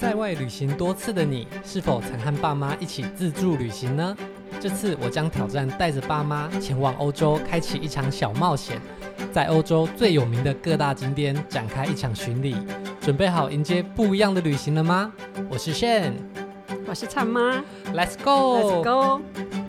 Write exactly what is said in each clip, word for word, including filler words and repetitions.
在外旅行多次的你，是否曾和爸妈一起自助旅行呢？这次我将挑战带着爸妈前往欧洲，开启一场小冒险，在欧洲最有名的各大景点展开一场巡礼。准备好迎接不一样的旅行了吗？我是 Shen， 我是灿妈 Let's go！ Let's go！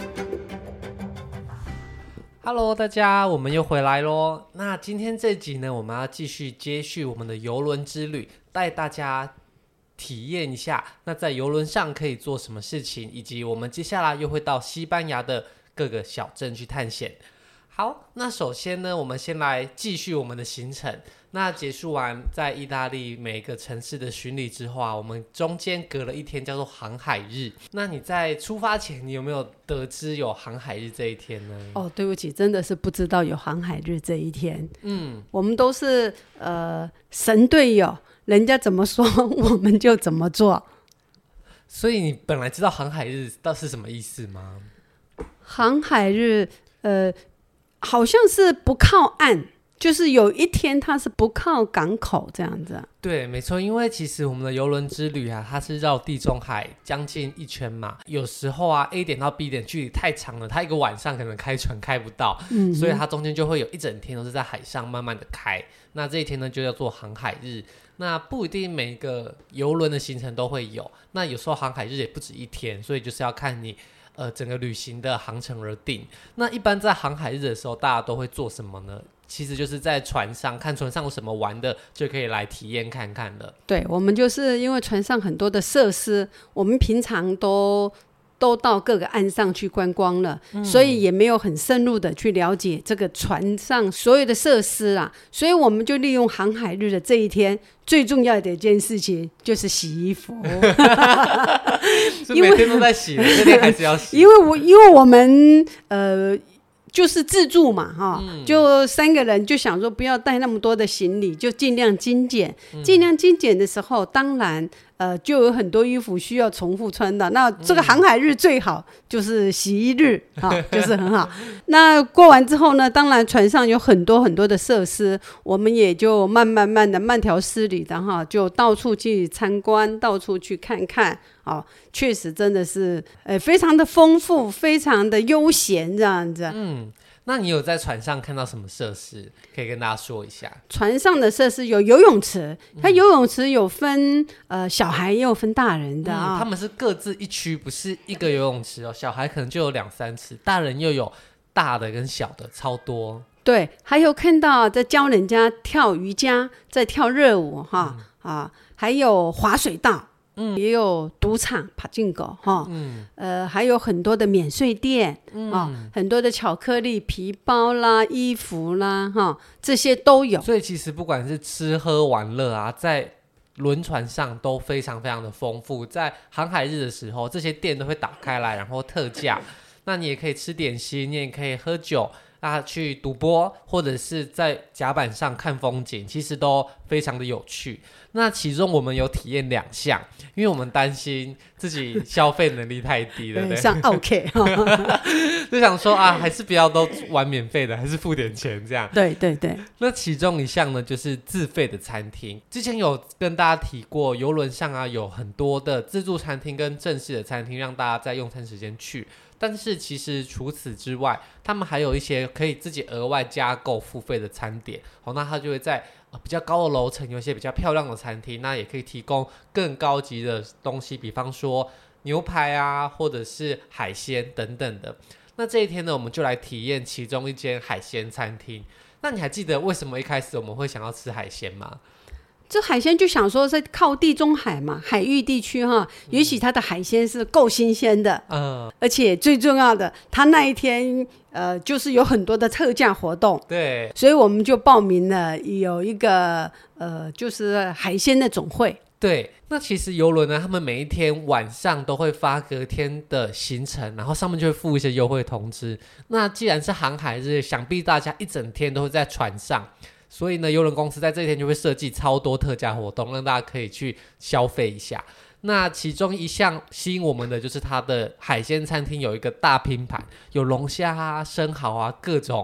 Hello， 大家，我们又回来咯。那今天这集呢，我们要继续接续我们的邮轮之旅，带大家体验一下，那在邮轮上可以做什么事情，以及我们接下来又会到西班牙的各个小镇去探险。好，那首先呢，我们先来继续我们的行程。那结束完在意大利每个城市的巡礼之后啊，我们中间隔了一天叫做航海日。那你在出发前，你有没有得知有航海日这一天呢？ 哦，对不起，真的是不知道有航海日这一天。 嗯， 我们都是呃神队友，人家怎么说我们就怎么做。 所以你本来知道航海日到底是什么意思吗？ 航海日，呃，好像是不靠岸。就是有一天它是不靠港口这样子、啊、 对，没错，因为其实我们的邮轮之旅啊，它是绕地中海将近一圈嘛，有时候啊 A 点到 B 点距离太长了，它一个晚上可能开船开不到、嗯、所以它中间就会有一整天都是在海上慢慢的开。那这一天呢就叫做航海日。那不一定每个邮轮的行程都会有，那有时候航海日也不止一天，所以就是要看你呃整个旅行的航程而定。那一般在航海日的时候大家都会做什么呢？其实就是在船上看船上有什么玩的，就可以来体验看看了。 对，我们就是因为船上很多的设施，我们平常都都到各个岸上去观光了、嗯、所以也没有很深入的去了解这个船上所有的设施啦，所以我们就利用航海日的这一天，最重要的一件事情就是洗衣服是每天都在洗的，这天还是要洗。 因为我因为我们呃就是自助嘛、哦嗯、就三个人就想说不要带那么多的行李，就尽量精简、嗯、尽量精简的时候当然呃，就有很多衣服需要重复穿的，那这个航海日最好就是洗衣日、嗯哦、就是很好那过完之后呢，当然船上有很多很多的设施，我们也就慢慢慢的慢条斯理的、哦、就到处去参观，到处去看看哦，确实真的是呃非常的丰富，非常的悠闲这样子。 嗯，那你有在船上看到什么设施可以跟大家说一下？ 船上的设施有游泳池，它游泳池有分呃小孩也有分大人的啊、 嗯，他们是各自一区，不是一个游泳池哦。小孩可能就有两三池，大人又有大的跟小的，超多。 对，还有看到在教人家跳瑜伽，在跳热舞哈、嗯、啊，还有滑水道。嗯，也有赌场爬进狗哈，嗯，呃，还有很多的免税店，嗯、哦，很多的巧克力、皮包啦、衣服啦，哈，这些都有。 所以其实不管是吃喝玩乐啊，在轮船上都非常非常的丰富。在航海日的时候，这些店都会打开来，然后特价。那你也可以吃点心，你也可以喝酒。啊，去赌博或者是在甲板上看风景，其实都非常的有趣。那其中我们有体验两项，因为我们担心自己消费能力太低了，对， 像 OK 就想说啊，还是不要都玩免费的，还是付点钱这样。 对对对。 那其中一项呢，就是自费的餐厅。之前有跟大家提过，邮轮上啊有很多的自助餐厅跟正式的餐厅，让大家在用餐时间去。但是其实除此之外，他们还有一些可以自己额外加购付费的餐点、哦、那他就会在、呃、比较高的楼层有一些比较漂亮的餐厅，那也可以提供更高级的东西，比方说牛排啊，或者是海鲜等等的。那这一天呢，我们就来体验其中一间海鲜餐厅。那你还记得为什么一开始我们会想要吃海鲜吗？ 这海鲜就想说在靠地中海嘛，海域地区哈，也许它的海鲜是够新鲜的，嗯，而且最重要的，它那一天呃就是有很多的特价活动， 对， 所以我们就报名了有一个呃就是海鲜的总会。 对，那其实邮轮呢，他们每一天晚上都会发隔天的行程，然后上面就会附一些优惠通知。那既然是航海日，想必大家一整天都会在船上，所以呢，邮轮公司在这一天就会设计超多特价活动，让大家可以去消费一下。那其中一项吸引我们的就是它的海鲜餐厅有一个大拼盘，有龙虾啊、生蚝啊，各种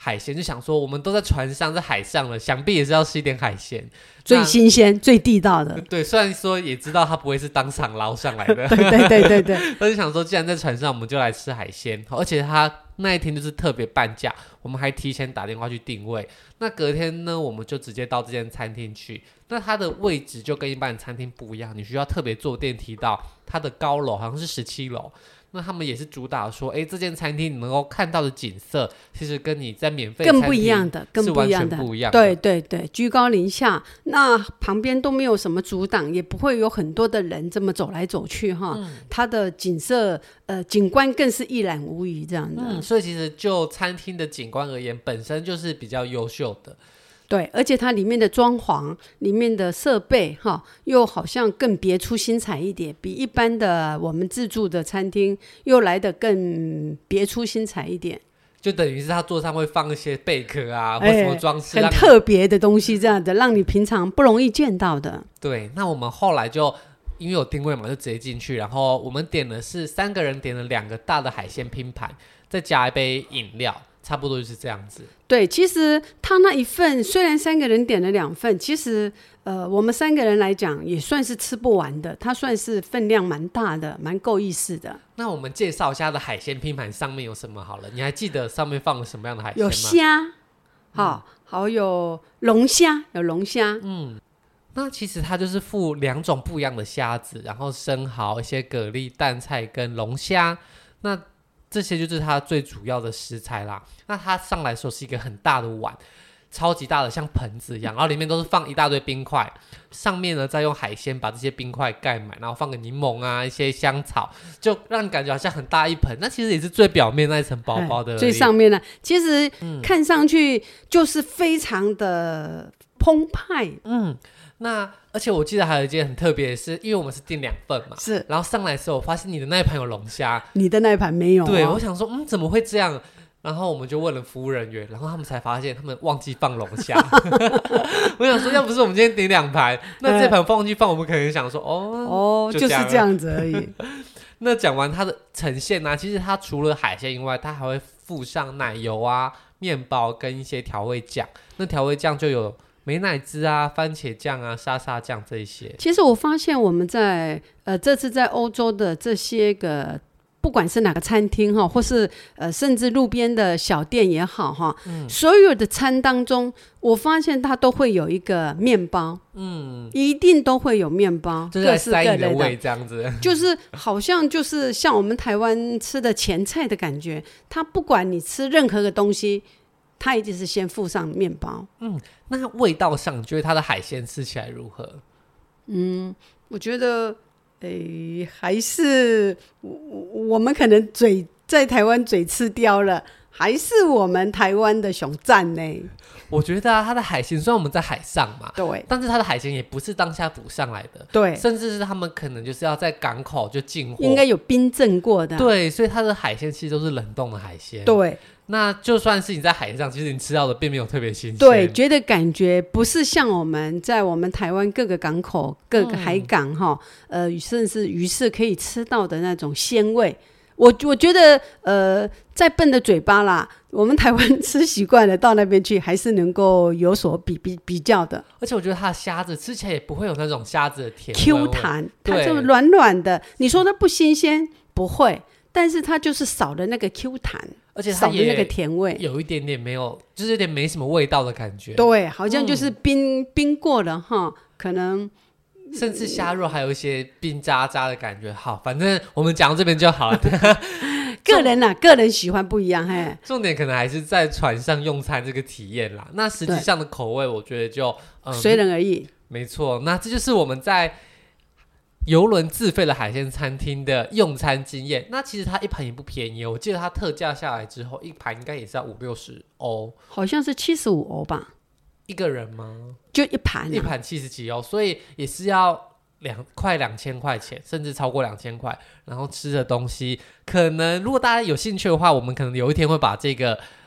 海鲜，就想说我们都在船上在海上了，想必也是要吃一点海鲜， 最新鲜最地道的。 对，虽然说也知道它不会是当场捞上来的， 对对对对对， 但是想说既然在船上我们就来吃海鲜，而且它那一天就是特别半价，我们还提前打电话去定位。那隔天呢，我们就直接到这间餐厅去。那它的位置就跟一般的餐厅不一样，你需要特别坐电梯到它的高楼，好像是十七楼。那他们也是主打说，哎，这间餐厅你能够看到的景色，其实跟你在免费餐厅更不一样的，更不一样的， 不一样的。 对对对，居高临下，那旁边都没有什么阻挡，也不会有很多的人这么走来走去哈。嗯、它的景色，呃，景观更是一览无余这样的。 嗯，所以其实就餐厅的景观而言，本身就是比较优秀的。 对，而且它里面的装潢、里面的设备哈，又好像更别出心裁一点，比一般的我们自助的餐厅又来得更别出心裁一点。 就等于是它桌上会放一些贝壳啊，或什么装饰、 欸，很特别的东西，这样的让你平常不容易见到的。 对，那我们后来就因为有定位嘛，就直接进去，然后我们点的是三个人点了两个大的海鲜拼盘，再加一杯饮料。差不多就是这样子。 对，其实他那一份虽然三个人点了两份，其实呃，我们三个人来讲也算是吃不完的，它算是分量蛮大的，蛮够意思的。 那我们介绍一下它的海鲜拼盘上面有什么好了？你还记得上面放了什么样的海鲜吗？ 有虾，好、嗯，好有龙虾，有龙虾， 嗯。那其实它就是附两种不一样的虾子，然后生蚝、一些蛤蜊、淡菜跟龙虾。那这些就是它最主要的食材啦。那它上来的时候是一个很大的碗，超级大的，像盆子一样，然后里面都是放一大堆冰块，上面呢再用海鲜把这些冰块盖满，然后放个柠檬啊，一些香草，就让你感觉好像很大一盆。那其实也是最表面那一层薄薄的而已， 最上面呢，其实看上去就是非常的澎湃。 嗯，那而且我记得还有一件很特别的是，因为我们是订两份嘛， 是， 然后上来的时候我发现你的那一盘有龙虾， 你的那一盘没有、哦。 对，我想说，嗯，怎么会这样？然后我们就问了服务人员，然后他们才发现他们忘记放龙虾。我想说，要不是我们今天点两盘，那这盘忘记放，我们可能想说，哦， 哦，就, 就是这样子而已。 那讲完它的呈现呢、啊，其实它除了海鲜以外，它还会附上奶油啊、面包跟一些调味酱。那调味酱就有美乃滋啊、番茄酱啊、沙沙酱这一些。 其实我发现我们在呃这次在欧洲的这些个。不管是哪个餐厅哈，或是呃甚至路边的小店也好哈、嗯，所有的餐当中，我发现它都会有一个面包，嗯，一定都会有面包， 就是来塞你的胃这样子， 就是好像就是像我们台湾吃的前菜的感觉，它不管你吃任何个东西，它一定是先附上面包。 嗯，那味道上，你觉得它的海鲜吃起来如何？ 嗯，我觉得。诶，还是我们可能嘴在台湾嘴吃刁了，还是我们台湾的熊赞呢？ 我觉得啊，它的海鲜虽然我们在海上嘛， 对， 但是它的海鲜也不是当下捕上来的， 对， 甚至是他们可能就是要在港口就进货， 应该有冰镇过的， 对，所以它的海鲜其实都是冷冻的海鲜， 对。 那就算是你在海上，其实你吃到的并没有特别新鲜， 对，觉得感觉不是像我们在我们台湾各个港口、各个海港哈、嗯，呃，甚至鱼市可以吃到的那种鲜味。我我觉得，呃，再笨的嘴巴啦，我们台湾吃习惯了，到那边去还是能够有所比比比较的。 而且我觉得它的虾子吃起来也不会有那种虾子的甜 Q 弹，它就软软的。你说它不新鲜，不会。但是它就是少了那个 Q 弹， 而且它也少了那个甜味， 有一点点没有，就是有点没什么味道的感觉。 对，好像就是冰、嗯、冰过了哈，可能甚至虾肉还有一些冰渣渣的感觉。好，反正我们讲到这边就好了。 个人啦，个人喜欢不一样，嘿。 重点可能还是在船上用餐这个体验啦。那实际上的口味，我觉得就嗯随人而异。 没错，那这就是我们在邮轮自费的海鲜餐厅的用餐经验。那其实它一盘也不便宜，我记得它特价下来之后，一盘应该也是要五六十欧， 好像是七十五欧吧？ 一个人吗？ 就一盘、啊， 一盘七十几欧，所以也是要两快两千块钱，甚至超过两千块。然后吃的东西，可能如果大家有兴趣的话，我们可能有一天会把这个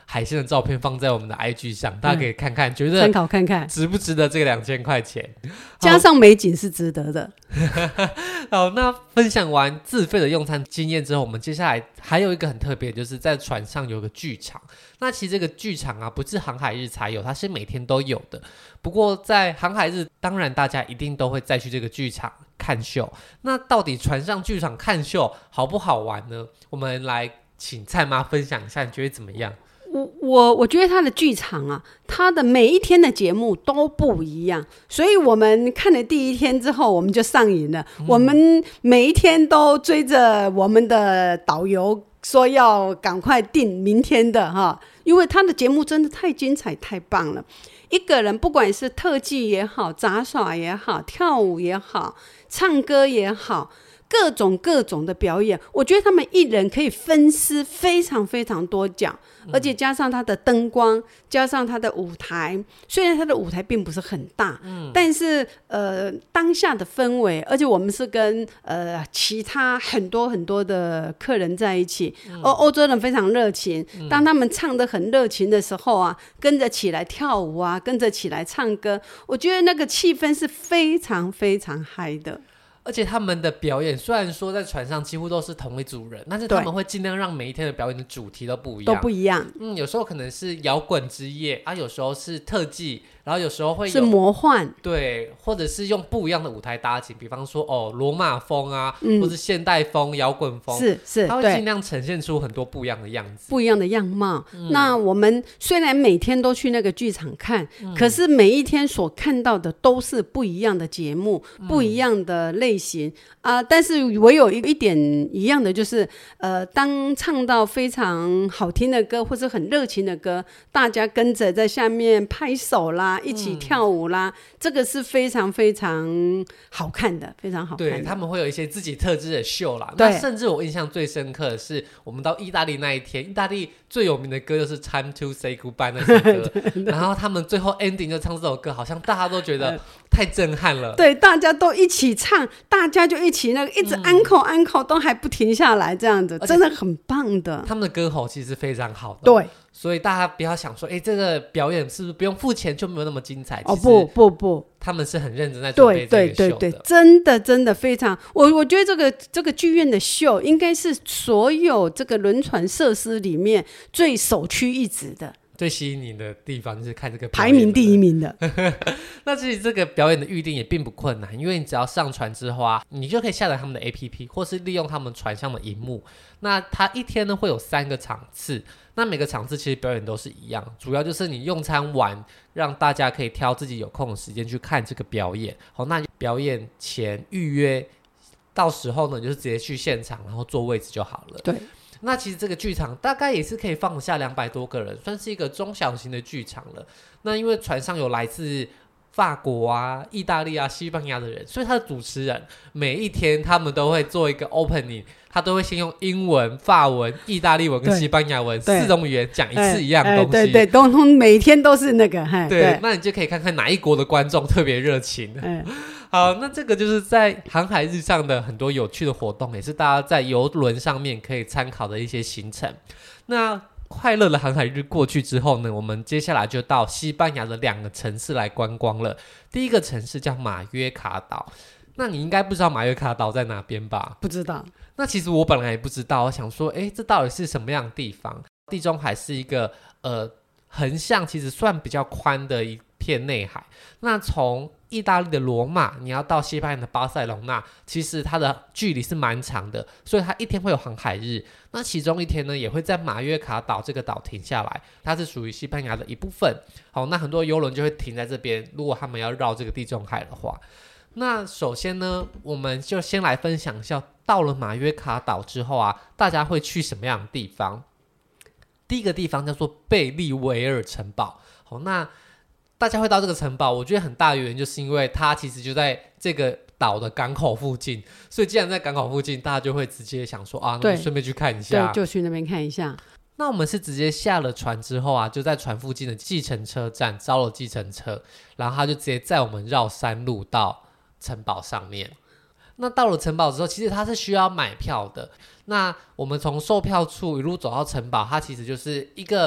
海鲜的照片放在我们的 I G 上，大家可以看看，觉得参考看看值不值得这个两千块钱， 加上美景是值得的。 好，那分享完自费的用餐经验之后，我们接下来还有一个很特别，就是在船上有个剧场。那其实这个剧场啊，不是航海日才有，它是每天都有的。不过在航海日，当然大家一定都会再去这个剧场看秀。那到底船上剧场看秀好不好玩呢？我们来请蔡妈分享一下，你觉得怎么样？ 我我我觉得他的剧场啊，他的每一天的节目都不一样，所以我们看了第一天之后，我们就上瘾了。嗯、我们每一天都追着我们的导游说要赶快订明天的哈，因为他的节目真的太精彩、太棒了。一个人不管是特技也好、杂耍也好、跳舞也好、唱歌也好。各种各种的表演，我觉得他们一人可以分饰非常非常多角，嗯、而且加上他的灯光，加上他的舞台，虽然他的舞台并不是很大，嗯、但是呃当下的氛围，而且我们是跟呃其他很多很多的客人在一起，欧、嗯、欧洲人非常热情，嗯、当他们唱得很热情的时候啊，跟着起来跳舞啊，跟着起来唱歌，我觉得那个气氛是非常非常嗨的。 而且他们的表演虽然说在船上几乎都是同一组人，但是他们会尽量让每一天的表演的主题都不一样， 都不一样。 嗯，有时候可能是摇滚之夜啊，有时候是特技，然后有时候会有是魔幻， 对，或者是用不一样的舞台搭景，比方说哦罗马风啊，嗯、或是现代风、摇滚风， 是是， 它会尽量呈现出很多不一样的样子， 不一样的样貌。嗯、那我们虽然每天都去那个剧场看，嗯、可是每一天所看到的都是不一样的节目，嗯、不一样的类型啊、呃。但是唯有一点一样的就是，呃，当唱到非常好听的歌或是很热情的歌，大家跟着在下面拍手啦。一起跳舞啦、嗯、这个是非常非常好看的，非常好看的。 对，他们会有一些自己特制的秀啦。那甚至我印象最深刻的是我们到意大利那一天，意大利最有名的歌就是 Time to Say Goodbye 那首歌然后他们最后 ending 就唱这首歌，好像大家都觉得太震撼了。 对，大家都一起唱，大家就一起那个一直 encore encore 都还不停下来，这样子真的很棒的。 他们的歌喉其实非常好的。 对， 所以大家不要想说，哎，这个表演是不是不用付钱就没有那么精彩？ 哦，不不不， 他们是很认真在准备这个秀的。对对对对， 真的真的非常，我我觉得这个这个剧院的秀应该是所有这个轮船设施里面最首屈一指的。 最吸引你的地方就是看这个排名第一名的那其实这个表演的预定也并不困难，因为你只要上船之后啊，你就可以下载他们的 A P P 或是利用他们船上的荧幕。那它一天呢会有三个场次，那每个场次其实表演都是一样，主要就是你用餐完让大家可以挑自己有空的时间去看这个表演。好，那表演前预约，到时候呢你就直接去现场然后坐位置就好了。 对， 那其实这个剧场大概也是可以放下两百多个人，算是一个中小型的剧场了。那因为船上有来自法国啊、意大利啊、西班牙的人，所以他的主持人每一天他们都会做一个 opening， 他都会先用英文、法文、意大利文跟西班牙文四种语言讲一次一样东西。 对对，通通每天都是那个。 对，对，那你就可以看看哪一国的观众特别热情。好，那这个就是在航海日上的很多有趣的活动，也是大家在邮轮上面可以参考的一些行程。那快乐的航海日过去之后呢，我们接下来就到西班牙的两个城市来观光了。第一个城市叫马约卡岛，那你应该不知道马约卡岛在哪边吧？ 不知道。 那其实我本来也不知道，我想说，哎，这到底是什么样的地方？地中海是一个呃横向其实算比较宽的一片内海。那从意大利的罗马你要到西班牙的巴塞隆纳，其实它的距离是蛮长的，所以它一天会有航海日。那其中一天呢也会在马约卡岛这个岛停下来，它是属于西班牙的一部分。好，那很多邮轮就会停在这边，如果他们要绕这个地中海的话。那首先呢我们就先来分享一下，到了马约卡岛之后啊，大家会去什么样的地方。第一个地方叫做贝利维尔城堡。好，那大家会到这个城堡，我觉得很大的原因就是因为它其实就在这个岛的港口附近，所以既然在港口附近，大家就会直接想说啊，那顺便去看一下。 对，就去那边看一下。 那我们是直接下了船之后啊，就在船附近的计程车站招了计程车，然后他就直接载我们绕山路到城堡上面。那到了城堡之后，其实它是需要买票的。那我们从售票处一路走到城堡，它其实就是一个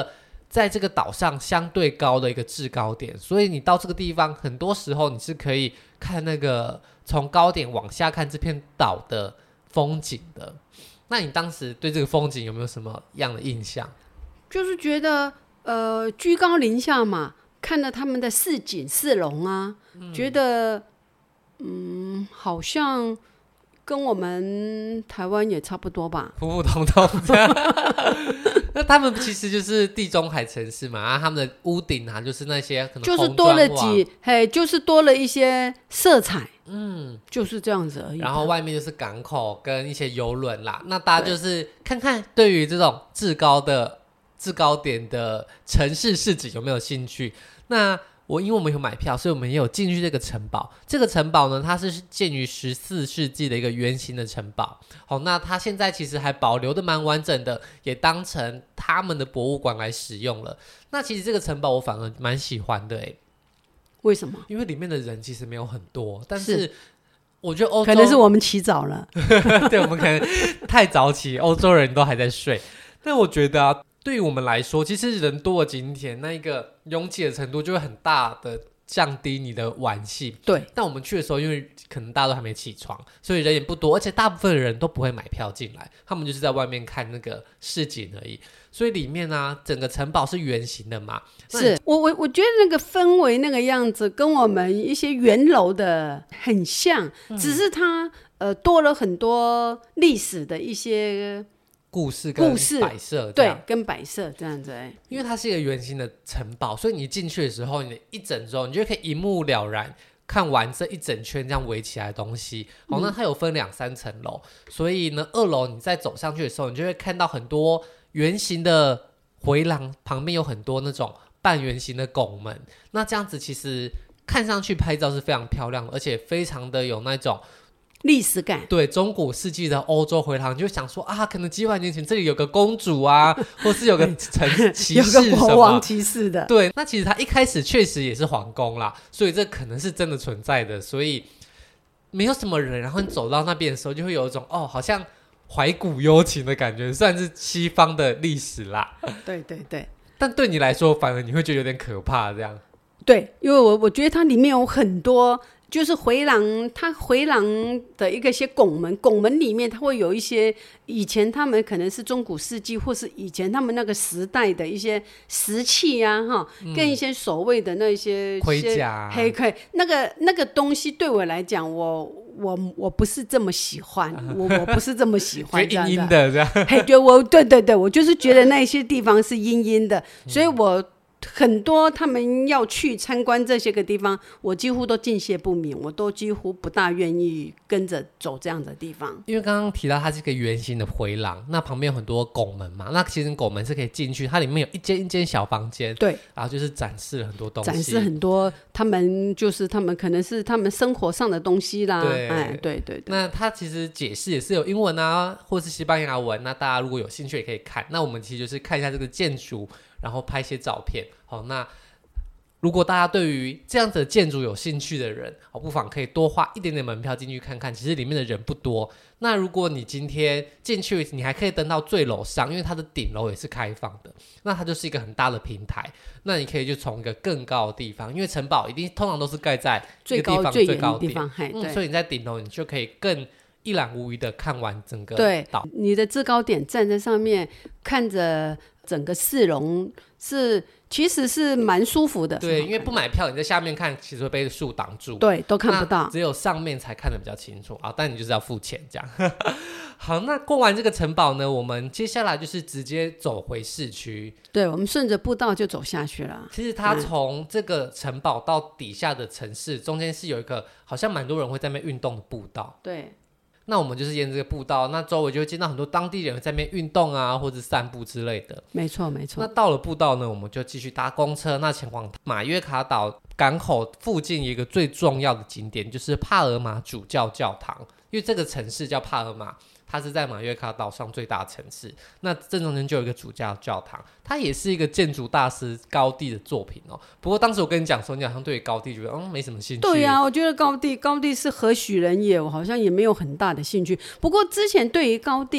在这个岛上相对高的一个制高点，所以你到这个地方很多时候你是可以看那个从高点往下看这片岛的风景的。那你当时对这个风景有没有什么样的印象？ 就是觉得呃居高临下嘛，看了他们的市井市容啊、嗯、觉得嗯好像跟我们台湾也差不多吧， 普普通通这样那他们其实就是地中海城市嘛，啊，他们的屋顶啊，就是那些可能就是多了几，嘿，就是多了一些色彩， 嗯， 就是这样子而已。 然后外面就是港口跟一些邮轮啦，那大家就是看看对于这种制高的制高点的城市市集有没有兴趣。那我因为我们有买票，所以我们也有进去这个城堡。这个城堡呢，它是建于十四世纪的一个圆形的城堡。好，那它现在其实还保留的蛮完整的，也当成他们的博物馆来使用了。那其实这个城堡我反而蛮喜欢的诶。 为什么？ 因为里面的人其实没有很多，但是我觉得欧洲可能是我们起早了对，我们可能太早起，欧洲人都还在睡。但我觉得啊，对于我们来说，其实人多的景点，那一个拥挤的程度就会很大的降低你的玩性。 对， 但我们去的时候，因为可能大家都还没起床，所以人也不多，而且大部分的人都不会买票进来，他们就是在外面看那个市景而已。所以里面啊，整个城堡是圆形的嘛。 是我我我觉得那个氛围那个样子，跟我们一些圆楼的很像，嗯、只是它呃多了很多历史的一些。 故事跟摆设， 对，跟摆设这样子、欸、 因为它是一个圆形的城堡，所以你进去的时候，你一整周你就可以一目了然看完这一整圈这样围起来的东西。好、嗯，那它有分两三层楼，所以呢，二楼你再走上去的时候，你就会看到很多圆形的回廊，旁边有很多那种半圆形的拱门。那这样子其实看上去拍照是非常漂亮的，而且非常的有那种。 历史感， 对，中古世纪的欧洲回廊，你就想说啊，可能几百年前这里有个公主啊，或是有个城骑士什么， 有个国王骑士的。 对，那其实它一开始确实也是皇宫啦，所以这可能是真的存在的，所以没有什么人，然后你走到那边的时候，就会有一种哦，好像怀古幽情的感觉，虽然是西方的历史啦。 对对对， 但对你来说，反而你会觉得有点可怕，这样。 对，因为我我觉得它里面有很多。就是回廊，它回廊的一个些拱门，拱门里面它会有一些以前他们可能是中古世纪，或是以前他们那个时代的一些石器啊，哈、嗯，跟一些所谓的那些盔甲、 黑盔，那个那个东西对我来讲，我我我不是这么喜欢，我我不是这么喜欢， 觉得阴阴的这样， 嘿，对，我对对对，我就是觉得那些地方是阴阴的，所以我。很多他们要去参观这些个地方，我几乎都敬谢不敏，我都几乎不大愿意跟着走这样的地方。 因为刚刚提到它是一个圆形的回廊，那旁边有很多拱门嘛，那其实拱门是可以进去，它里面有一间一间小房间， 对， 然后就是展示了很多东西， 展示很多他们就是他们可能是他们生活上的东西啦， 对， 哎，对对对。 那它其实解释也是有英文啊，或是西班牙文，那大家如果有兴趣也可以看。那我们其实就是看一下这个建筑，然后拍一些照片。好，那如果大家对于这样子的建筑有兴趣的人，不妨可以多花一点点门票进去看看，其实里面的人不多。那如果你今天进去，你还可以登到最楼上，因为它的顶楼也是开放的，那它就是一个很大的平台，那你可以就从一个更高的地方，因为城堡一定通常都是盖在一个地方最高的地方，嗯，所以你在顶楼你就可以更一览无余的看完整个岛。 对，你的制高点站在上面看着整个市容是其实是蛮舒服的。 对，因为不买票你在下面看其实会被树挡住， 对，都看不到， 只有上面才看得比较清楚啊，但你就是要付钱这样好，那过完这个城堡呢，我们接下来就是直接走回市区。 对，我们顺着步道就走下去了。 其实它从这个城堡到底下的城市、嗯、中间是有一个好像蛮多人会在那边运动的步道。 对， 那我们就是沿这个步道，那周围就会见到很多当地人在那边运动啊，或者散步之类的。 没错没错。 那到了步道呢，我们就继续搭公车，那前往马约卡岛港口附近一个最重要的景点，就是帕尔马主教教堂。因为这个城市叫帕尔马，它是在马约卡岛上最大的城市。那正中间就有一个主教教堂，它也是一个建筑大师高第的作品哦。不过当时我跟你讲说，你好像对于高第觉得嗯没什么兴趣。 对啊，我觉得高第高第是何许人也，我好像也没有很大的兴趣。不过之前对于高第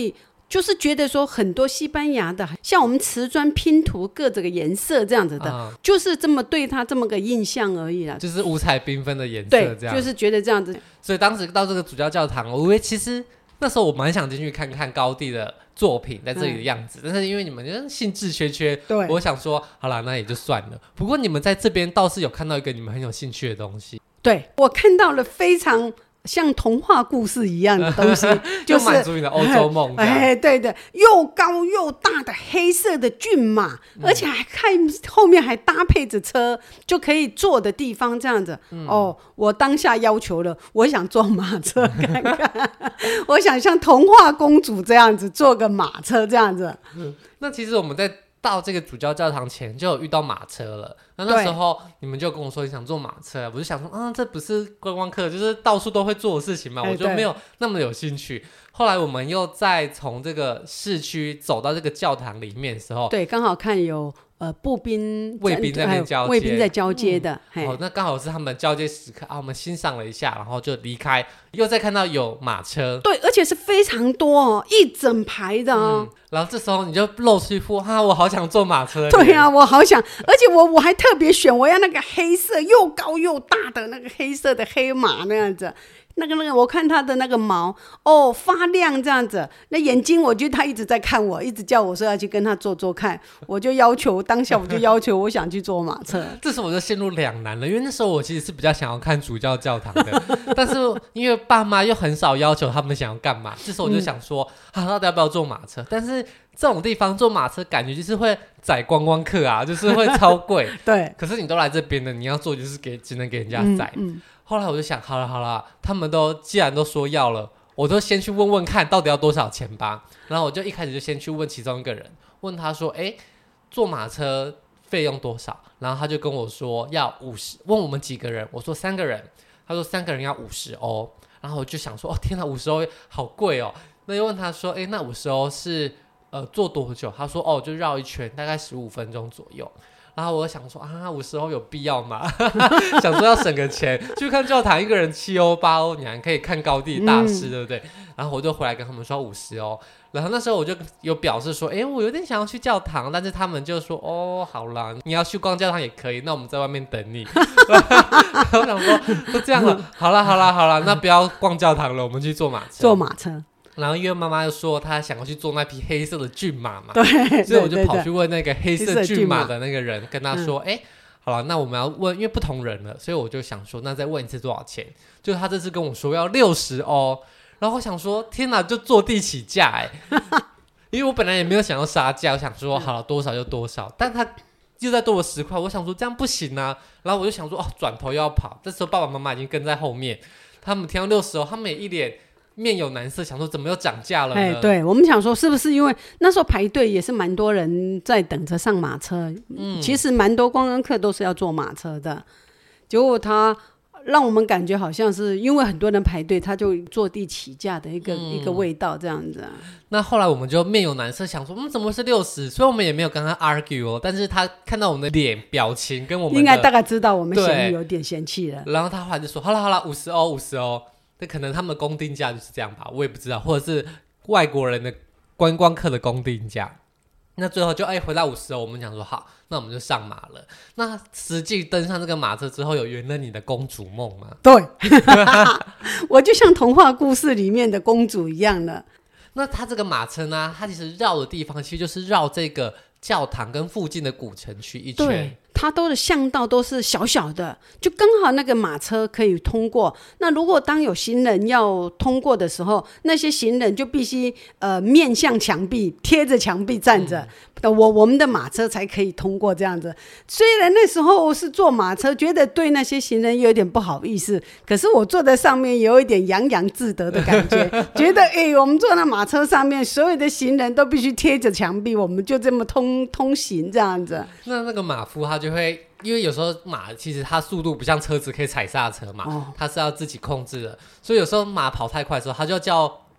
就是觉得说很多西班牙的像我们瓷砖拼图各这个颜色这样子的、嗯、就是这么对他这么个印象而已啦， 就是五彩缤纷的颜色这样， 对，就是觉得这样子。 所以当时到这个主教教堂，我以为其实那时候我蛮想进去看看高第的作品在这里的样子、嗯、但是因为你们就是兴致缺缺，对，我想说好啦，那也就算了。不过你们在这边倒是有看到一个你们很有兴趣的东西。 对，我看到了非常像童话故事一样的东西，就是满足你的欧洲梦。 哎，对的，又高又大的黑色的骏马、嗯，而且还看后面还搭配着车，就可以坐的地方这样子、嗯。哦，我当下要求了，我想坐马车看看，我想像童话公主这样子坐个马车这样子。 嗯、那其实我们在到这个主教教堂前就有遇到马车了，那那时候你们就跟我说你想坐马车，我就想说啊，这不是观光客就是到处都会做的事情嘛、欸、我就没有那么有兴趣。后来我们又再从这个市区走到这个教堂里面的时候， 对，刚好看有呃步兵卫兵在那边交接， 卫兵在交接的、 嗯哦、那刚好是他们交接时刻啊，我们欣赏了一下然后就离开，又再看到有马车， 对，而且是非常多哦，一整排的哦、嗯、 然后这时候你就露出一副哈我好想坐马车， 对啊，我好想，而且我我还特别选我要那个黑色又高又大的那个黑色的黑马那样子，那个那个我看他的那个毛哦发亮这样子，那眼睛我觉得他一直在看我，一直叫我说要去跟他坐坐看，我就要求当下我就要求我想去坐马车这时候我就陷入两难了，因为那时候我其实是比较想要看主教教堂的但是因为爸妈又很少要求他们想要干嘛，这时候我就想说、嗯、啊，到底要不要坐马车，但是这种地方坐马车感觉就是会载观光客啊，就是会超贵对， 可是你都来这边了，你要坐就是给只能给人家载、嗯嗯、后来我就想好了好了，他们都既然都说要了，我都先去问问看到底要多少钱吧。然后我就一开始就先去问其中一个人，问他说哎，坐马车费用多少，然后他就跟我说要五十，问我们几个人，我说三个人，他说三个人要五十欧，然后我就想说哦天哪，五十欧好贵哦。那又问他说哎，那五十欧是呃坐多久，他说哦就绕一圈大概十五分钟左右。然后我想说啊，五十欧有必要吗？想说要省个钱，去看教堂一个人七欧八欧，你还可以看高第大师、嗯，对不对？然后我就回来跟他们说五十欧，然后那时候我就有表示说，哎，我有点想要去教堂，但是他们就说，哦，好啦，你要去逛教堂也可以，那我们在外面等你。我想说，都这样了，好啦好啦好啦，那不要逛教堂了，我们去坐马车。 坐马车。 然后因为妈妈又说她想要去坐那匹黑色的骏马嘛， 对， 所以我就跑去问那个黑色骏马的那个人，跟他说哎、嗯，好了，那我们要问，因为不同人了，所以我就想说那再问一次多少钱，就他这次跟我说要六十欧，然后我想说天哪，就坐地起价哎因为我本来也没有想要杀价，我想说好了多少就多少，但他又再多了十块，我想说这样不行啊，然后我就想说哦，转头又要跑，这时候爸爸妈妈已经跟在后面，他们听到六十欧，他们也一脸面有难色，想说怎么又涨价了呢？哎， 对，我们想说是不是因为那时候排队也是蛮多人在等着上马车，嗯，其实蛮多观光客都是要坐马车的，结果他让我们感觉好像是因为很多人排队，他就坐地起价的一个、嗯、一个味道这样子、啊。 那后来我们就面有难色，想说嗯，怎么会是六十？所以我们也没有跟他 argue 哦，但是他看到我们的脸表情跟我们的应该大概知道我们嫌有点嫌弃了， 然后他后来就说好了好了，五十欧五十欧。那可能他们的公定价就是这样吧，我也不知道，或者是外国人的观光客的公定价。那最后就哎回到五十欧，我们讲说好，那我们就上马了。那实际登上这个马车之后，有圆了你的公主梦吗？ 对，我就像童话故事里面的公主一样的。 那它这个马车呢，它其实绕的地方其实就是绕这个教堂跟附近的古城区一圈。 对，它都的巷道都是小小的，就刚好那个马车可以通过。那如果当有行人要通过的时候，那些行人就必须呃面向墙壁，贴着墙壁站着、嗯、我我们的马车才可以通过这样子。虽然那时候是坐马车，觉得对那些行人有点不好意思，可是我坐在上面有一点洋洋自得的感觉觉得哎、欸，我们坐在马车上面，所有的行人都必须贴着墙壁，我们就这么通通行这样子。 那那个马夫他就会，因为有时候马其实它速度不像车子可以踩刹车嘛、哦、它是要自己控制的，所以有时候马跑太快的时候，他就要叫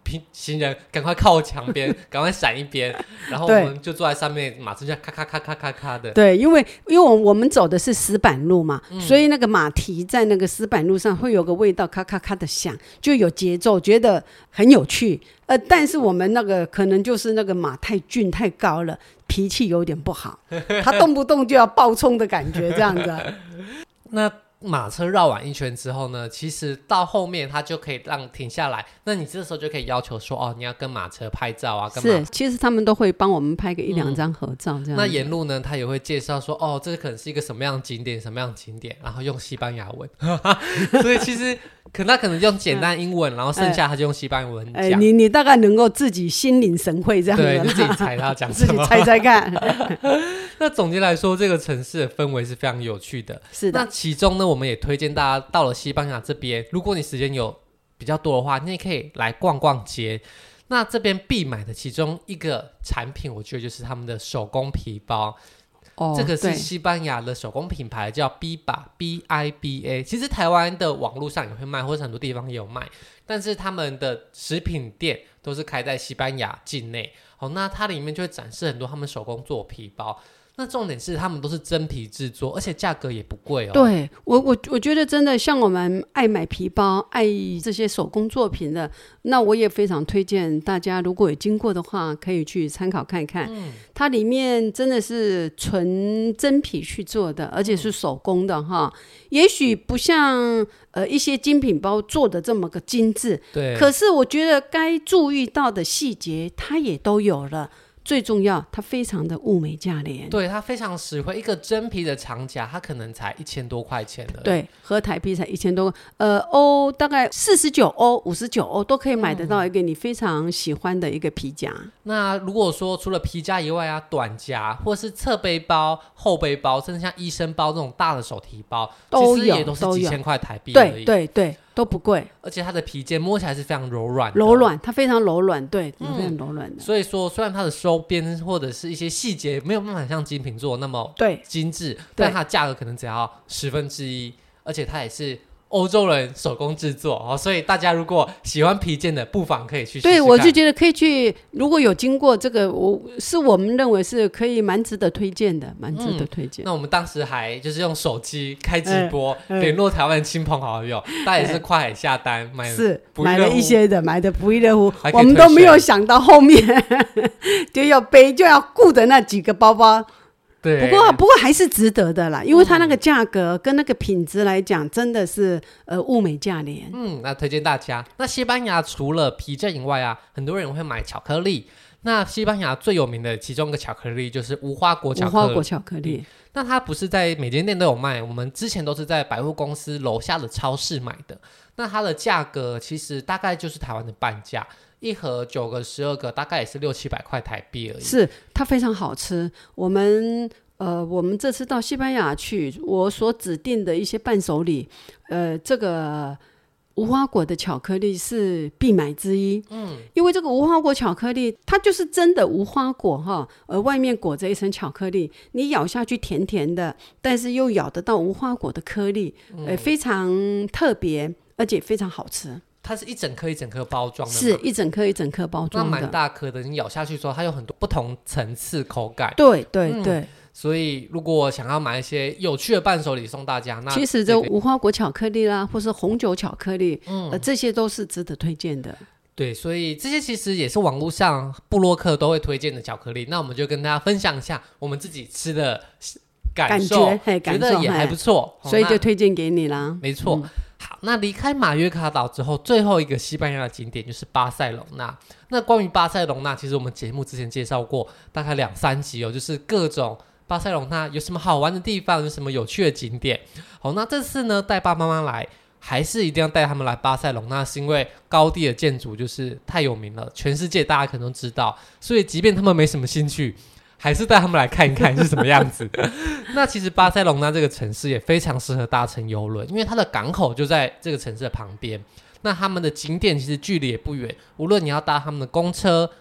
行人赶快靠墙边，赶快闪一边，然后我们就坐在上面，马车就咔咔咔咔咔咔的。 对，因为因为我们走的是石板路嘛、嗯，所以那个马蹄在那个石板路上会有个味道，咔咔咔的响，就有节奏，觉得很有趣。呃，但是我们那个可能就是那个马太俊太高了，脾气有点不好，他动不动就要暴冲的感觉，这样子。 那马车绕完一圈之后呢，其实到后面它就可以让停下来，那你这时候就可以要求说，哦，你要跟马车拍照啊，跟马是，其实他们都会帮我们拍个一两张合照这样、嗯、 那沿路呢他也会介绍说，哦，这可能是一个什么样的景点什么样的景点，然后用西班牙文所以其实可能他可能用简单英文、嗯、然后剩下他就用西班牙文讲、欸、 你你大概能够自己心领神会这样的， 对，你自己猜他讲什么自己猜猜看那总结来说，这个城市的氛围是非常有趣的。 是的。 那其中呢，我们也推荐大家到了西班牙这边，如果你时间有比较多的话，你也可以来逛逛街。那这边必买的其中一个产品，我觉得就是他们的手工皮包。哦，这个是西班牙的手工品牌，叫 Biba B I B A。其实台湾的网络上也会卖，或者很多地方也有卖，但是他们的食品店都是开在西班牙境内。哦，那它里面就会展示很多他们手工做皮包。那重点是他们都是真皮制作，而且价格也不贵哦。 对，我我我觉得真的像我们爱买皮包爱这些手工作品的，那我也非常推荐大家，如果有经过的话可以去参考看看、嗯、它里面真的是纯真皮去做的，而且是手工的、嗯、哈。也许不像呃一些精品包做的这么个精致， 对， 可是我觉得该注意到的细节它也都有了。最重要，它非常的物美价廉， 对，它非常实惠。一个真皮的长夹，它可能才一千多块钱的， 对，合台币才一千多，呃，欧大概四十九欧、五十九欧都可以买得到一个你非常喜欢的一个皮夹。嗯、 那如果说除了皮夹以外啊，短夹或是侧背包、后背包，甚至像医生包这种大的手提包， 都有， 其实也都是几千块台币而已。 对对对。都不贵， 而且它的皮件摸起来是非常柔软的， 柔软，它非常柔软，对，嗯、非常柔软的。 所以说，虽然它的收边或者是一些细节没有办法像精品做的那么精致，但它的价格可能只要十分之一，而且它也是欧洲人手工制作、哦、所以大家如果喜欢皮件的，不妨可以去试试看。 对，我就觉得可以去，如果有经过这个，我是我们认为是可以蛮值得推荐的，蛮值得推荐、 嗯。那我们当时还就是用手机开直播，联、欸、络台湾亲朋好友，大家也是快海下单、欸、买了是买了一些的，买的不亦乐乎。我们都没有想到后面就要背就要顾的那几个包包。 对， 不过不过还是值得的啦，因为它那个价格跟那个品质来讲，真的是呃物美价廉。 嗯，那推荐大家。那西班牙除了皮件以外啊，很多人会买巧克力。那西班牙最有名的其中一个巧克力就是无花果巧克力。 无花果巧克力， 那它不是在每间店都有卖，我们之前都是在百货公司楼下的超市买的。那它的价格其实大概就是台湾的半价。一盒九个十二个大概也是六七百块台币而已， 是它非常好吃。我们呃，我们这次到西班牙去，我所指定的一些伴手礼，呃，这个无花果的巧克力是必买之一。嗯，因为这个无花果巧克力，它就是真的无花果哈，而外面裹着一层巧克力，你咬下去甜甜的，但是又咬得到无花果的颗粒，嗯、呃，非常特别，而且非常好吃。 它是一整颗一整颗包装的， 是一整颗一整颗包装的， 那蛮大颗的，你咬下去之后它有很多不同层次口感。 对对对、嗯、 所以如果想要买一些有趣的伴手礼送大家，那其实这无花果巧克力啦，或是红酒巧克力、嗯呃、这些都是值得推荐的。 对，所以这些其实也是网络上部落客都会推荐的巧克力，那我们就跟大家分享一下我们自己吃的感受， 感觉, 感觉得也还不错， 所以就推荐给你啦。 没错、嗯，好，那离开马约卡岛之后，最后一个西班牙的景点就是巴塞隆纳。那关于巴塞隆纳，其实我们节目之前介绍过大概两三集哦，就是各种巴塞隆纳有什么好玩的地方，有什么有趣的景点。好，那这次呢带爸爸妈妈来，还是一定要带他们来巴塞隆纳，是因为高地的建筑就是太有名了，全世界大家可能都知道，所以即便他们没什么兴趣，还是带他们来看一看是什么样子的。那其实巴塞隆纳这个城市也非常适合搭乘邮轮，因为它的港口就在这个城市的旁边。那他们的景点其实距离也不远，无论你要搭他们的公车、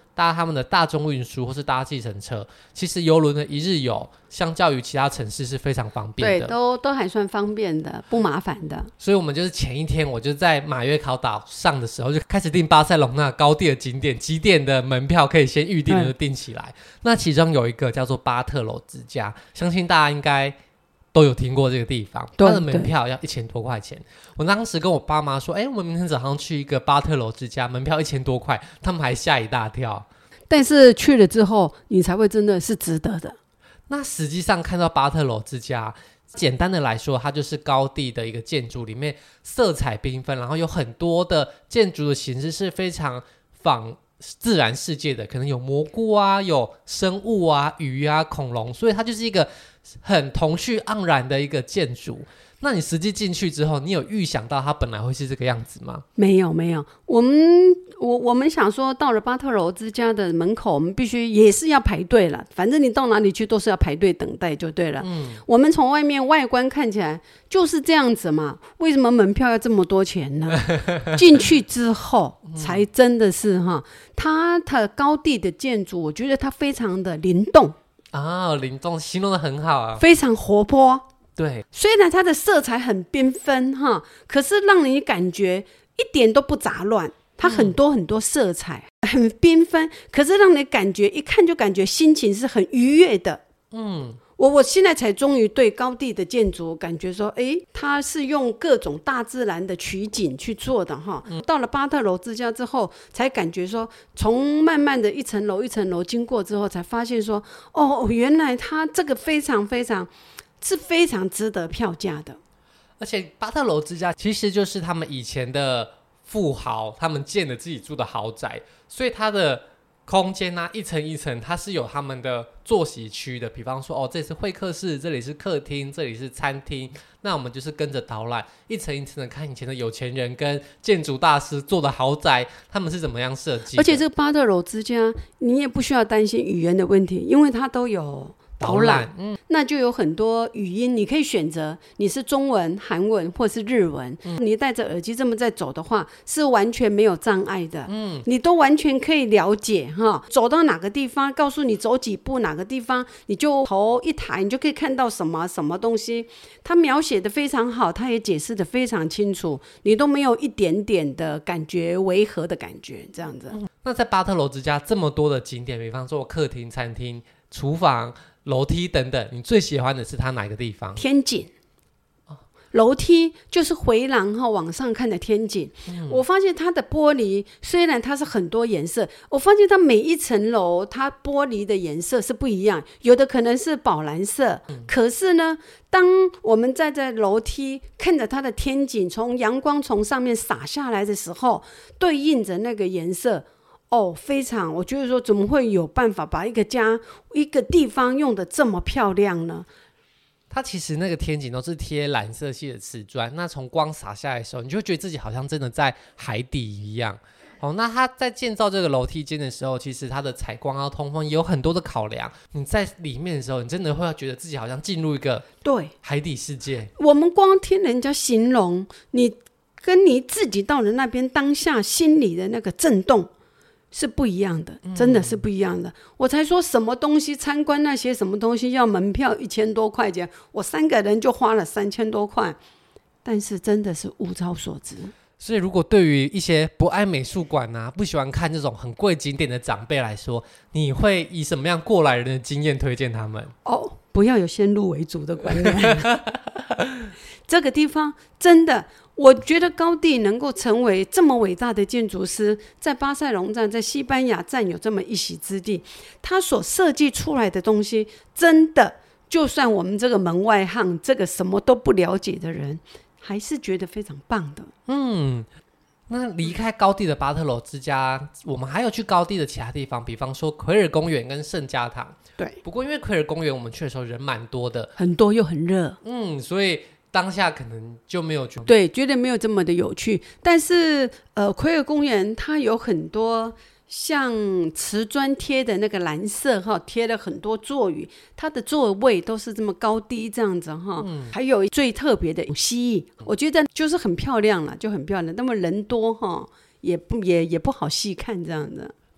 搭他们的大众运输或是搭计程车，其实邮轮的一日游相较于其他城市是非常方便的， 对，都都还算方便的，不麻烦的。 所以我们就是前一天我就在马约考岛上的时候就开始订巴塞隆纳高地的景点，几点的门票可以先预定的就订起来。那其中有一个叫做巴特楼之家，相信大家应该都有听过这个地方，它的门票要一千多块钱。我当时跟我爸妈说，哎、欸，我们明天早上去一个巴特楼之家，门票一千多块，他们还吓一大跳。 但是去了之后，你才会真的是值得的。 那实际上看到巴特楼之家，简单的来说，它就是高地的一个建筑，里面色彩缤纷，然后有很多的建筑的形式是非常仿自然世界的，可能有蘑菇啊，有生物啊，鱼啊，恐龙，所以它就是一个很童趣盎然的一个建筑。那你实际进去之后，你有预想到它本来会是这个样子吗？ 没有没有，我们我我们想说到了巴特楼之家的门口，我们必须也是要排队了，反正你到哪里去都是要排队等待就对了。嗯，我们从外面外观看起来就是这样子嘛，为什么门票要这么多钱呢？进去之后才真的是哈，它的高地的建筑，我觉得它非常的灵动啊，灵动形容得很好啊， 非常活泼。 对， 虽然它的色彩很缤纷哈，可是让你感觉一点都不杂乱。它很多很多色彩，嗯、很缤纷，可是让你感觉一看就感觉心情是很愉悦的。嗯，我我现在才终于对高地的建筑感觉说，哎，它是用各种大自然的取景去做的哈。嗯、到了巴特楼之家之后，才感觉说，从慢慢的一层楼一层楼经过之后，才发现说，哦，原来它这个非常非常。是非常值得票价的。 而且巴特楼之家其实就是他们以前的富豪他们建的自己住的豪宅，所以它的空间啊一层一层它是有他们的坐席区的，比方说哦，这里是会客室，这里是客厅，这里是餐厅，那我们就是跟着导览一层一层的看以前的有钱人跟建筑大师做的豪宅他们是怎么样设计的。 而且这个巴特楼之家你也不需要担心语言的问题，因为它都有导览，嗯，那就有很多语音，你可以选择你是中文、韩文或是日文。嗯、你戴着耳机这么在走的话，是完全没有障碍的。嗯，你都完全可以了解哈。走到哪个地方，告诉你走几步，哪个地方你就头一抬，你就可以看到什么什么东西。它描写的非常好，它也解释的非常清楚，你都没有一点点的感觉违和的感觉，这样子。嗯、 那在巴特楼之家这么多的景点，比方说客厅、餐厅、厨房、楼梯等等，你最喜欢的是它哪个地方？ 天井。楼梯就是回廊哈，往上看的天井。嗯、我发现它的玻璃虽然它是很多颜色，我发现它每一层楼它玻璃的颜色是不一样，有的可能是宝蓝色，嗯、可是呢，当我们站在楼梯看着它的天井，从阳光从上面洒下来的时候，对应着那个颜色。哦，非常，我觉得说怎么会有办法把一个家一个地方用得这么漂亮呢？ 它其实那个天井都是贴蓝色系的瓷砖，那从光洒下来的时候，你就会觉得自己好像真的在海底一样。哦，那它在建造这个楼梯间的时候，其实它的采光啊、通风也有很多的考量。你在里面的时候，你真的会觉得自己好像进入一个对海底世界。 我们光听人家形容，你跟你自己到了那边当下心里的那个震动。是不一样的，真的是不一样的。嗯、我才说什么东西参观那些什么东西要门票一千多块钱，我三个人就花了三千多块，但是真的是物超所值。 所以如果对于一些不爱美术馆啊、不喜欢看这种很贵景点的长辈来说，你会以什么样过来人的经验推荐他们？ 哦，不要有先入为主的观念。这个地方真的。我觉得高第能够成为这么伟大的建筑师，在巴塞隆站在西班牙占有这么一席之地，他所设计出来的东西真的就算我们这个门外汉，这个什么都不了解的人还是觉得非常棒的。 嗯，那离开高第的巴特楼之家，我们还有去高第的其他地方，比方说奎尔公园跟圣家堂。对，不过因为奎尔公园我们去的时候人蛮多的， 很多又很热， 嗯，所以当下可能就没有觉得对，觉得没有这么的有趣。但是呃，奎尔公园它有很多像瓷砖贴的那个蓝色哈，贴了很多座椅，它的座位都是这么高低这样子哈。嗯、还有最特别的蜥蜴，我觉得就是很漂亮了，就很漂亮。那么人多哈，也不也也不好细看这样子。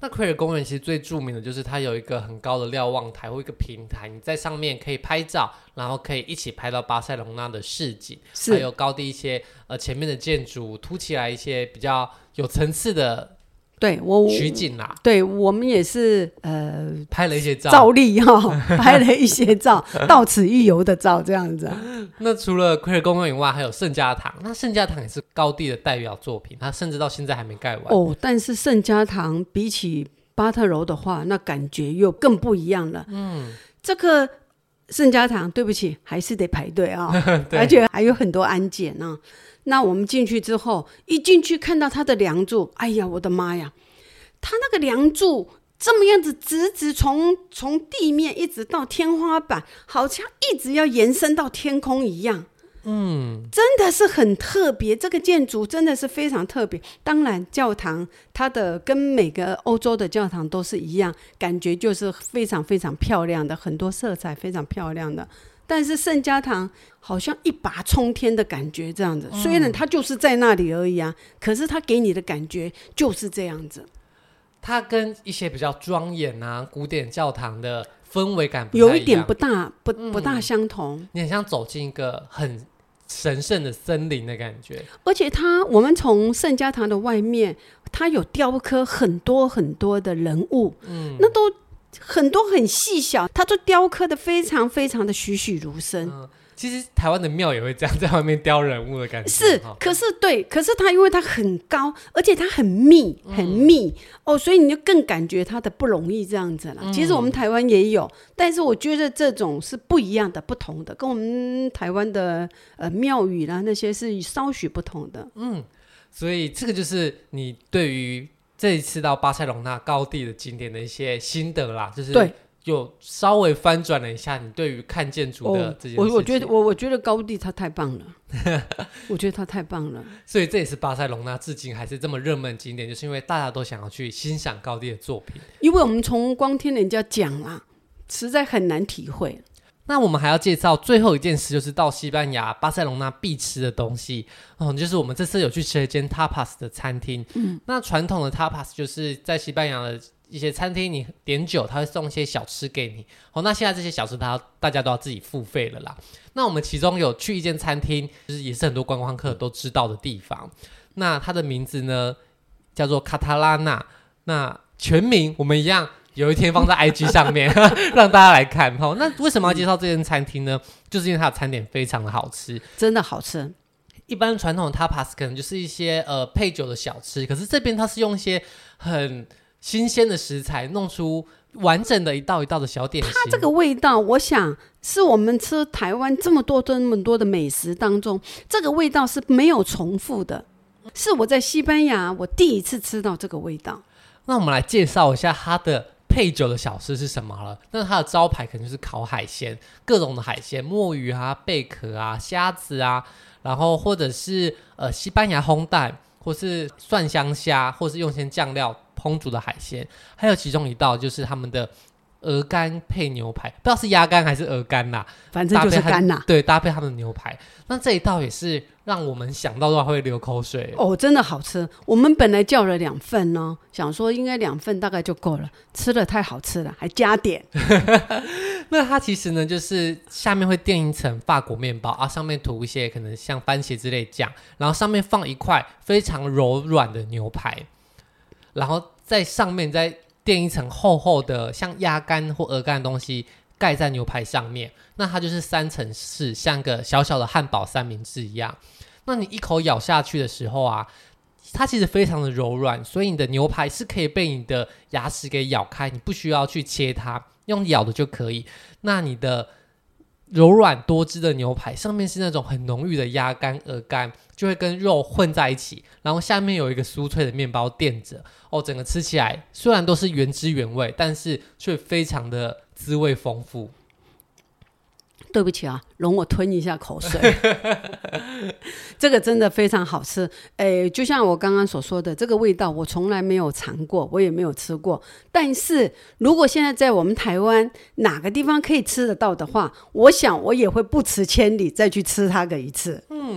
那奎尔公园其实最著名的就是它有一个很高的瞭望台或一个平台，你在上面可以拍照，然后可以一起拍到巴塞隆纳的市景，还有高地一些呃前面的建筑凸起来一些比较有层次的对我取景啦。 对我们也是呃拍了一些照， 照例哈、哦，拍了一些照，到此一游的照这样子。 那除了奎尔公园以外，还有圣家堂。那圣家堂也是高地的代表作品，它甚至到现在还没盖完哦。但是圣家堂比起巴特楼的话，那感觉又更不一样了。嗯，这个圣家堂，对不起，还是得排队啊、哦，而且还有很多安检啊。那我们进去之后，一进去看到它的梁柱，哎呀，我的妈呀！它那个梁柱这么样子直直从从地面一直到天花板，好像一直要延伸到天空一样。嗯，真的是很特别，这个建筑真的是非常特别。当然教堂它的跟每个欧洲的教堂都是一样，感觉就是非常非常漂亮的，很多色彩非常漂亮的。但是圣家堂好像一拔冲天的感觉这样子，虽然它就是在那里而已啊，可是它给你的感觉就是这样子。 它跟一些比较庄严啊古典教堂的氛围感不太一样， 有一点不大 不,、嗯、不大相同。 你很像走进一个很神圣的森林的感觉。 而且它我们从圣家堂的外面，它有雕刻很多很多的人物，嗯，那都很多很细小，它都雕刻的非常非常的栩栩如生。 嗯，其实台湾的庙也会这样在外面雕人物的感觉， 是，可是对，可是它因为它很高，而且它很密很密、嗯、哦，所以你就更感觉它的不容易这样子了、嗯、其实我们台湾也有，但是我觉得这种是不一样的不同的，跟我们台湾的呃庙宇啦那些是稍许不同的。 嗯，所以这个就是你对于这一次到巴塞隆纳高地的景点的一些心得啦，就是对有稍微翻转了一下你对于看建筑的这件事情、哦、 我, 我觉得 我, 我觉得高地它太棒了我觉得它太棒了， 所以这也是巴塞隆纳至今还是这么热门景点，就是因为大家都想要去欣赏高地的作品， 因为我们从光听人家讲啦实在很难体会。 那我们还要介绍最后一件事，就是到西班牙巴塞隆纳必吃的东西、嗯、就是我们这次有去吃了一间 tapas 的餐厅、嗯、那传统的 tapas 就是在西班牙的一些餐厅你点酒他会送一些小吃给你、哦、那现在这些小吃他大家都要自己付费了啦。那我们其中有去一间餐厅，就是也是很多观光客都知道的地方，那它的名字呢叫做卡塔拉纳，那全名我们一样有一天放在 I G 上面让大家来看、哦、那为什么要介绍这间餐厅呢？就是因为它的餐点非常的好吃， 真的好吃。 一般传统的 tapas 可能就是一些呃配酒的小吃，可是这边它是用一些很新鲜的食材弄出完整的一道一道的小点心。 它这个味道我想是我们吃台湾这么多这么多的美食当中，这个味道是没有重复的，是我在西班牙我第一次吃到这个味道。 那我们来介绍一下它的配酒的小吃是什么了。那它的招牌可能就是烤海鲜，各种的海鲜，墨鱼啊、贝壳啊、虾子啊，然后或者是呃西班牙烘蛋，或是蒜香虾，或是用些酱料烹煮的海鲜，还有其中一道就是他们的鹅肝配牛排，不知道是鸭肝还是鹅肝啦， 反正就是肝啦。 对，搭配他们的牛排，那这一道也是让我们想到的话会流口水哦，真的好吃。我们本来叫了两份哦，想说应该两份大概就够了，吃的太好吃了，还加点。 那它其实呢，就是下面会垫一层法国面包啊，上面涂一些可能像番茄之类酱，然后上面放一块非常柔软的牛排，然后在上面再垫一层厚厚的像鸭肝或鹅肝的东西盖在牛排上面，那它就是三层式，像个小小的汉堡三明治一样。那你一口咬下去的时候啊，它其实非常的柔软，所以你的牛排是可以被你的牙齿给咬开，你不需要去切它，用咬的就可以。那你的柔软多汁的牛排上面是那种很浓郁的鸭肝鹅肝，就会跟肉混在一起，然后下面有一个酥脆的面包垫着哦，整个吃起来虽然都是原汁原味，但是却非常的滋味丰富。 对不起啊，容我吞一下口水这个真的非常好吃。诶，就像我刚刚所说的，这个味道我从来没有尝过，我也没有吃过，但是如果现在在我们台湾哪个地方可以吃得到的话，我想我也会不辞千里再去吃它个一次。 嗯，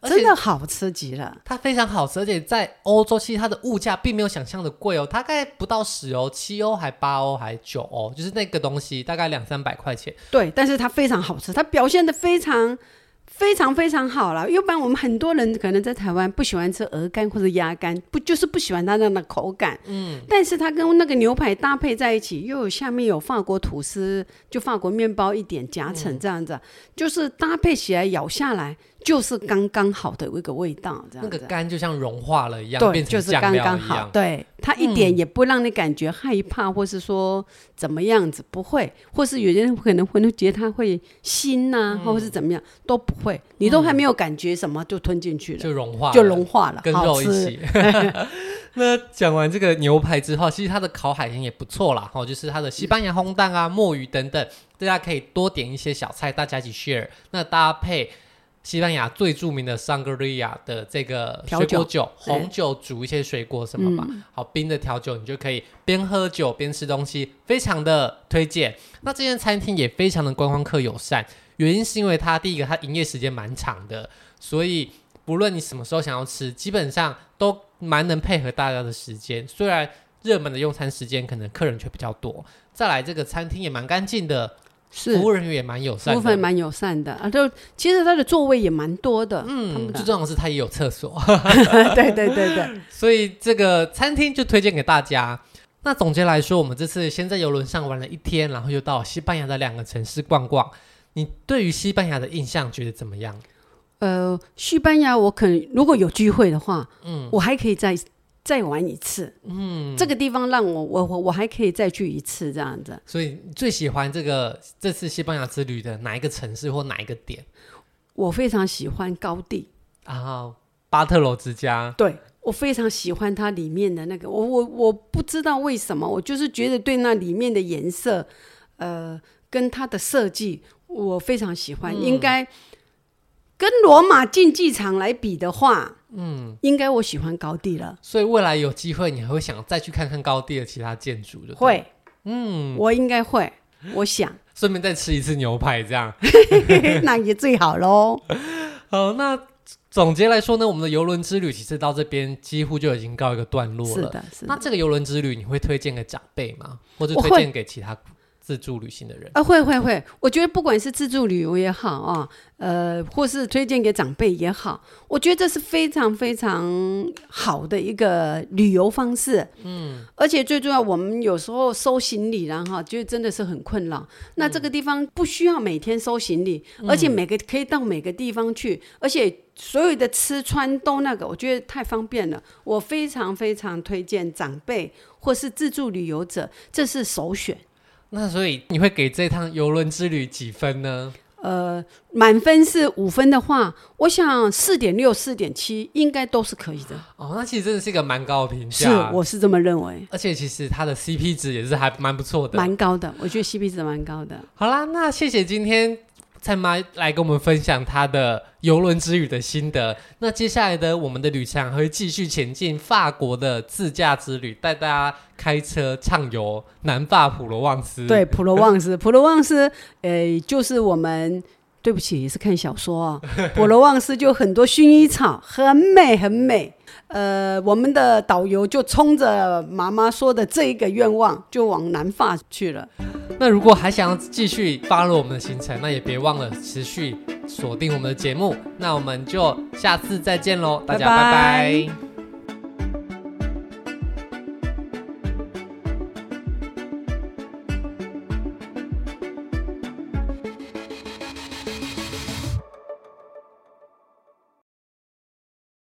真的好吃极了。 它非常好吃，而且在欧洲其实它的物价并没有想象的贵哦，大概不到十欧，七欧还八欧还九欧，就是那个东西大概两三百块钱。 对，但是它非常好吃，它表现的非常非常非常好了。要不然我们很多人可能在台湾不喜欢吃鹅肝或者鸭肝，不就是不喜欢它那样的口感。嗯，但是它跟那个牛排搭配在一起，又有下面有法国吐司，就法国面包一点夹层这样子，嗯、就是搭配起来咬下来就是刚刚好的一个味道，这样子。 那个肝就像融化了一样， 对， 变成酱料一样，就是刚刚好。 对，它一点也不让你感觉害怕，嗯、或是说怎么样子，不会。或是有些人可能会觉得它会腥呐、啊嗯，或是怎么样，都不会。你都还没有感觉什么，就吞进去了， 就融化了， 就融化了， 跟肉一起。那讲完这个牛排之后，其实它的烤海鲜也不错啦，哦，就是它的西班牙烘蛋啊、墨鱼等等，大家可以多点一些小菜，大家一起 share。那搭配西班牙最著名的 Sangria 的这个水果酒，红酒煮一些水果什么吧，嗯、好冰的调酒，你就可以边喝酒边吃东西，非常的推荐。那这间餐厅也非常的观光客友善，原因是因为它第一个它营业时间蛮长的，所以不论你什么时候想要吃，基本上都蛮能配合大家的时间。虽然热门的用餐时间可能客人却比较多，再来这个餐厅也蛮干净的。服务人员也蛮友善的， 服务人员蛮友善的啊，就其实他的座位也蛮多的， 嗯，最重要的是他也有厕所， 对对对对， 所以这个餐厅就推荐给大家。那总结来说，我们这次先在邮轮上玩了一天，然后又到西班牙的两个城市逛逛。你对于西班牙的印象觉得怎么样？ 呃，西班牙我可能如果有机会的话，嗯，我还可以再。再玩一次，嗯，这个地方让我我我我还可以再去一次这样子。 所以你最喜欢这个这次西班牙之旅的哪一个城市或哪一个点？ 我非常喜欢高地啊，巴特罗之家。 对，我非常喜欢它里面的那个，我我我不知道为什么，我就是觉得对那里面的颜色，呃，跟它的设计，我非常喜欢。嗯、应该跟罗马竞技场来比的话。嗯，应该我喜欢高地了， 所以未来有机会你还会想再去看看高地的其他建筑的？ 会，嗯，我应该会，我想顺便再吃一次牛排，这样那也最好咯。 好，那总结来说呢，我们的邮轮之旅其实到这边几乎就已经告一个段落了。 是的，是的。 那这个邮轮之旅你会推荐给长辈吗？或者推荐给其他自助旅行的人？ 啊，会会会，我觉得不管是自助旅游也好啊，呃，或是推荐给长辈也好，我觉得这是非常非常好的一个旅游方式。嗯，而且最重要，我们有时候收行李然后就真的是很困扰。那这个地方不需要每天收行李，嗯、而且每个可以到每个地方去，而且所有的吃穿都那个，我觉得太方便了。我非常非常推荐长辈或是自助旅游者，这是首选。 那所以你会给这趟邮轮之旅几分呢？ 呃，满分是五分的话，我想四点六、四点七应该都是可以的。 哦，那其实真的是一个蛮高的评价。 是，我是这么认为。 而且其实它的 C P 值也是还蛮不错的， 蛮高的。我觉得 C P 值蛮高的。 好啦，那谢谢今天蔡妈来跟我们分享她的邮轮之旅的心得。那接下来的我们的旅程会继续前进法国的自驾之旅，带大家开车畅游南法普罗旺斯。 对，普罗旺斯，普罗旺斯，呃，就是我们对不起，也是看小说啊、哦。普罗旺斯就很多薰衣草，很美很美。呃，我们的导游就冲着妈妈说的这一个愿望，就往南法去了。 那如果还想要继续 follow 我们的行程，那也别忘了持续锁定我们的节目。那我们就下次再见喽，大家拜拜。拜拜。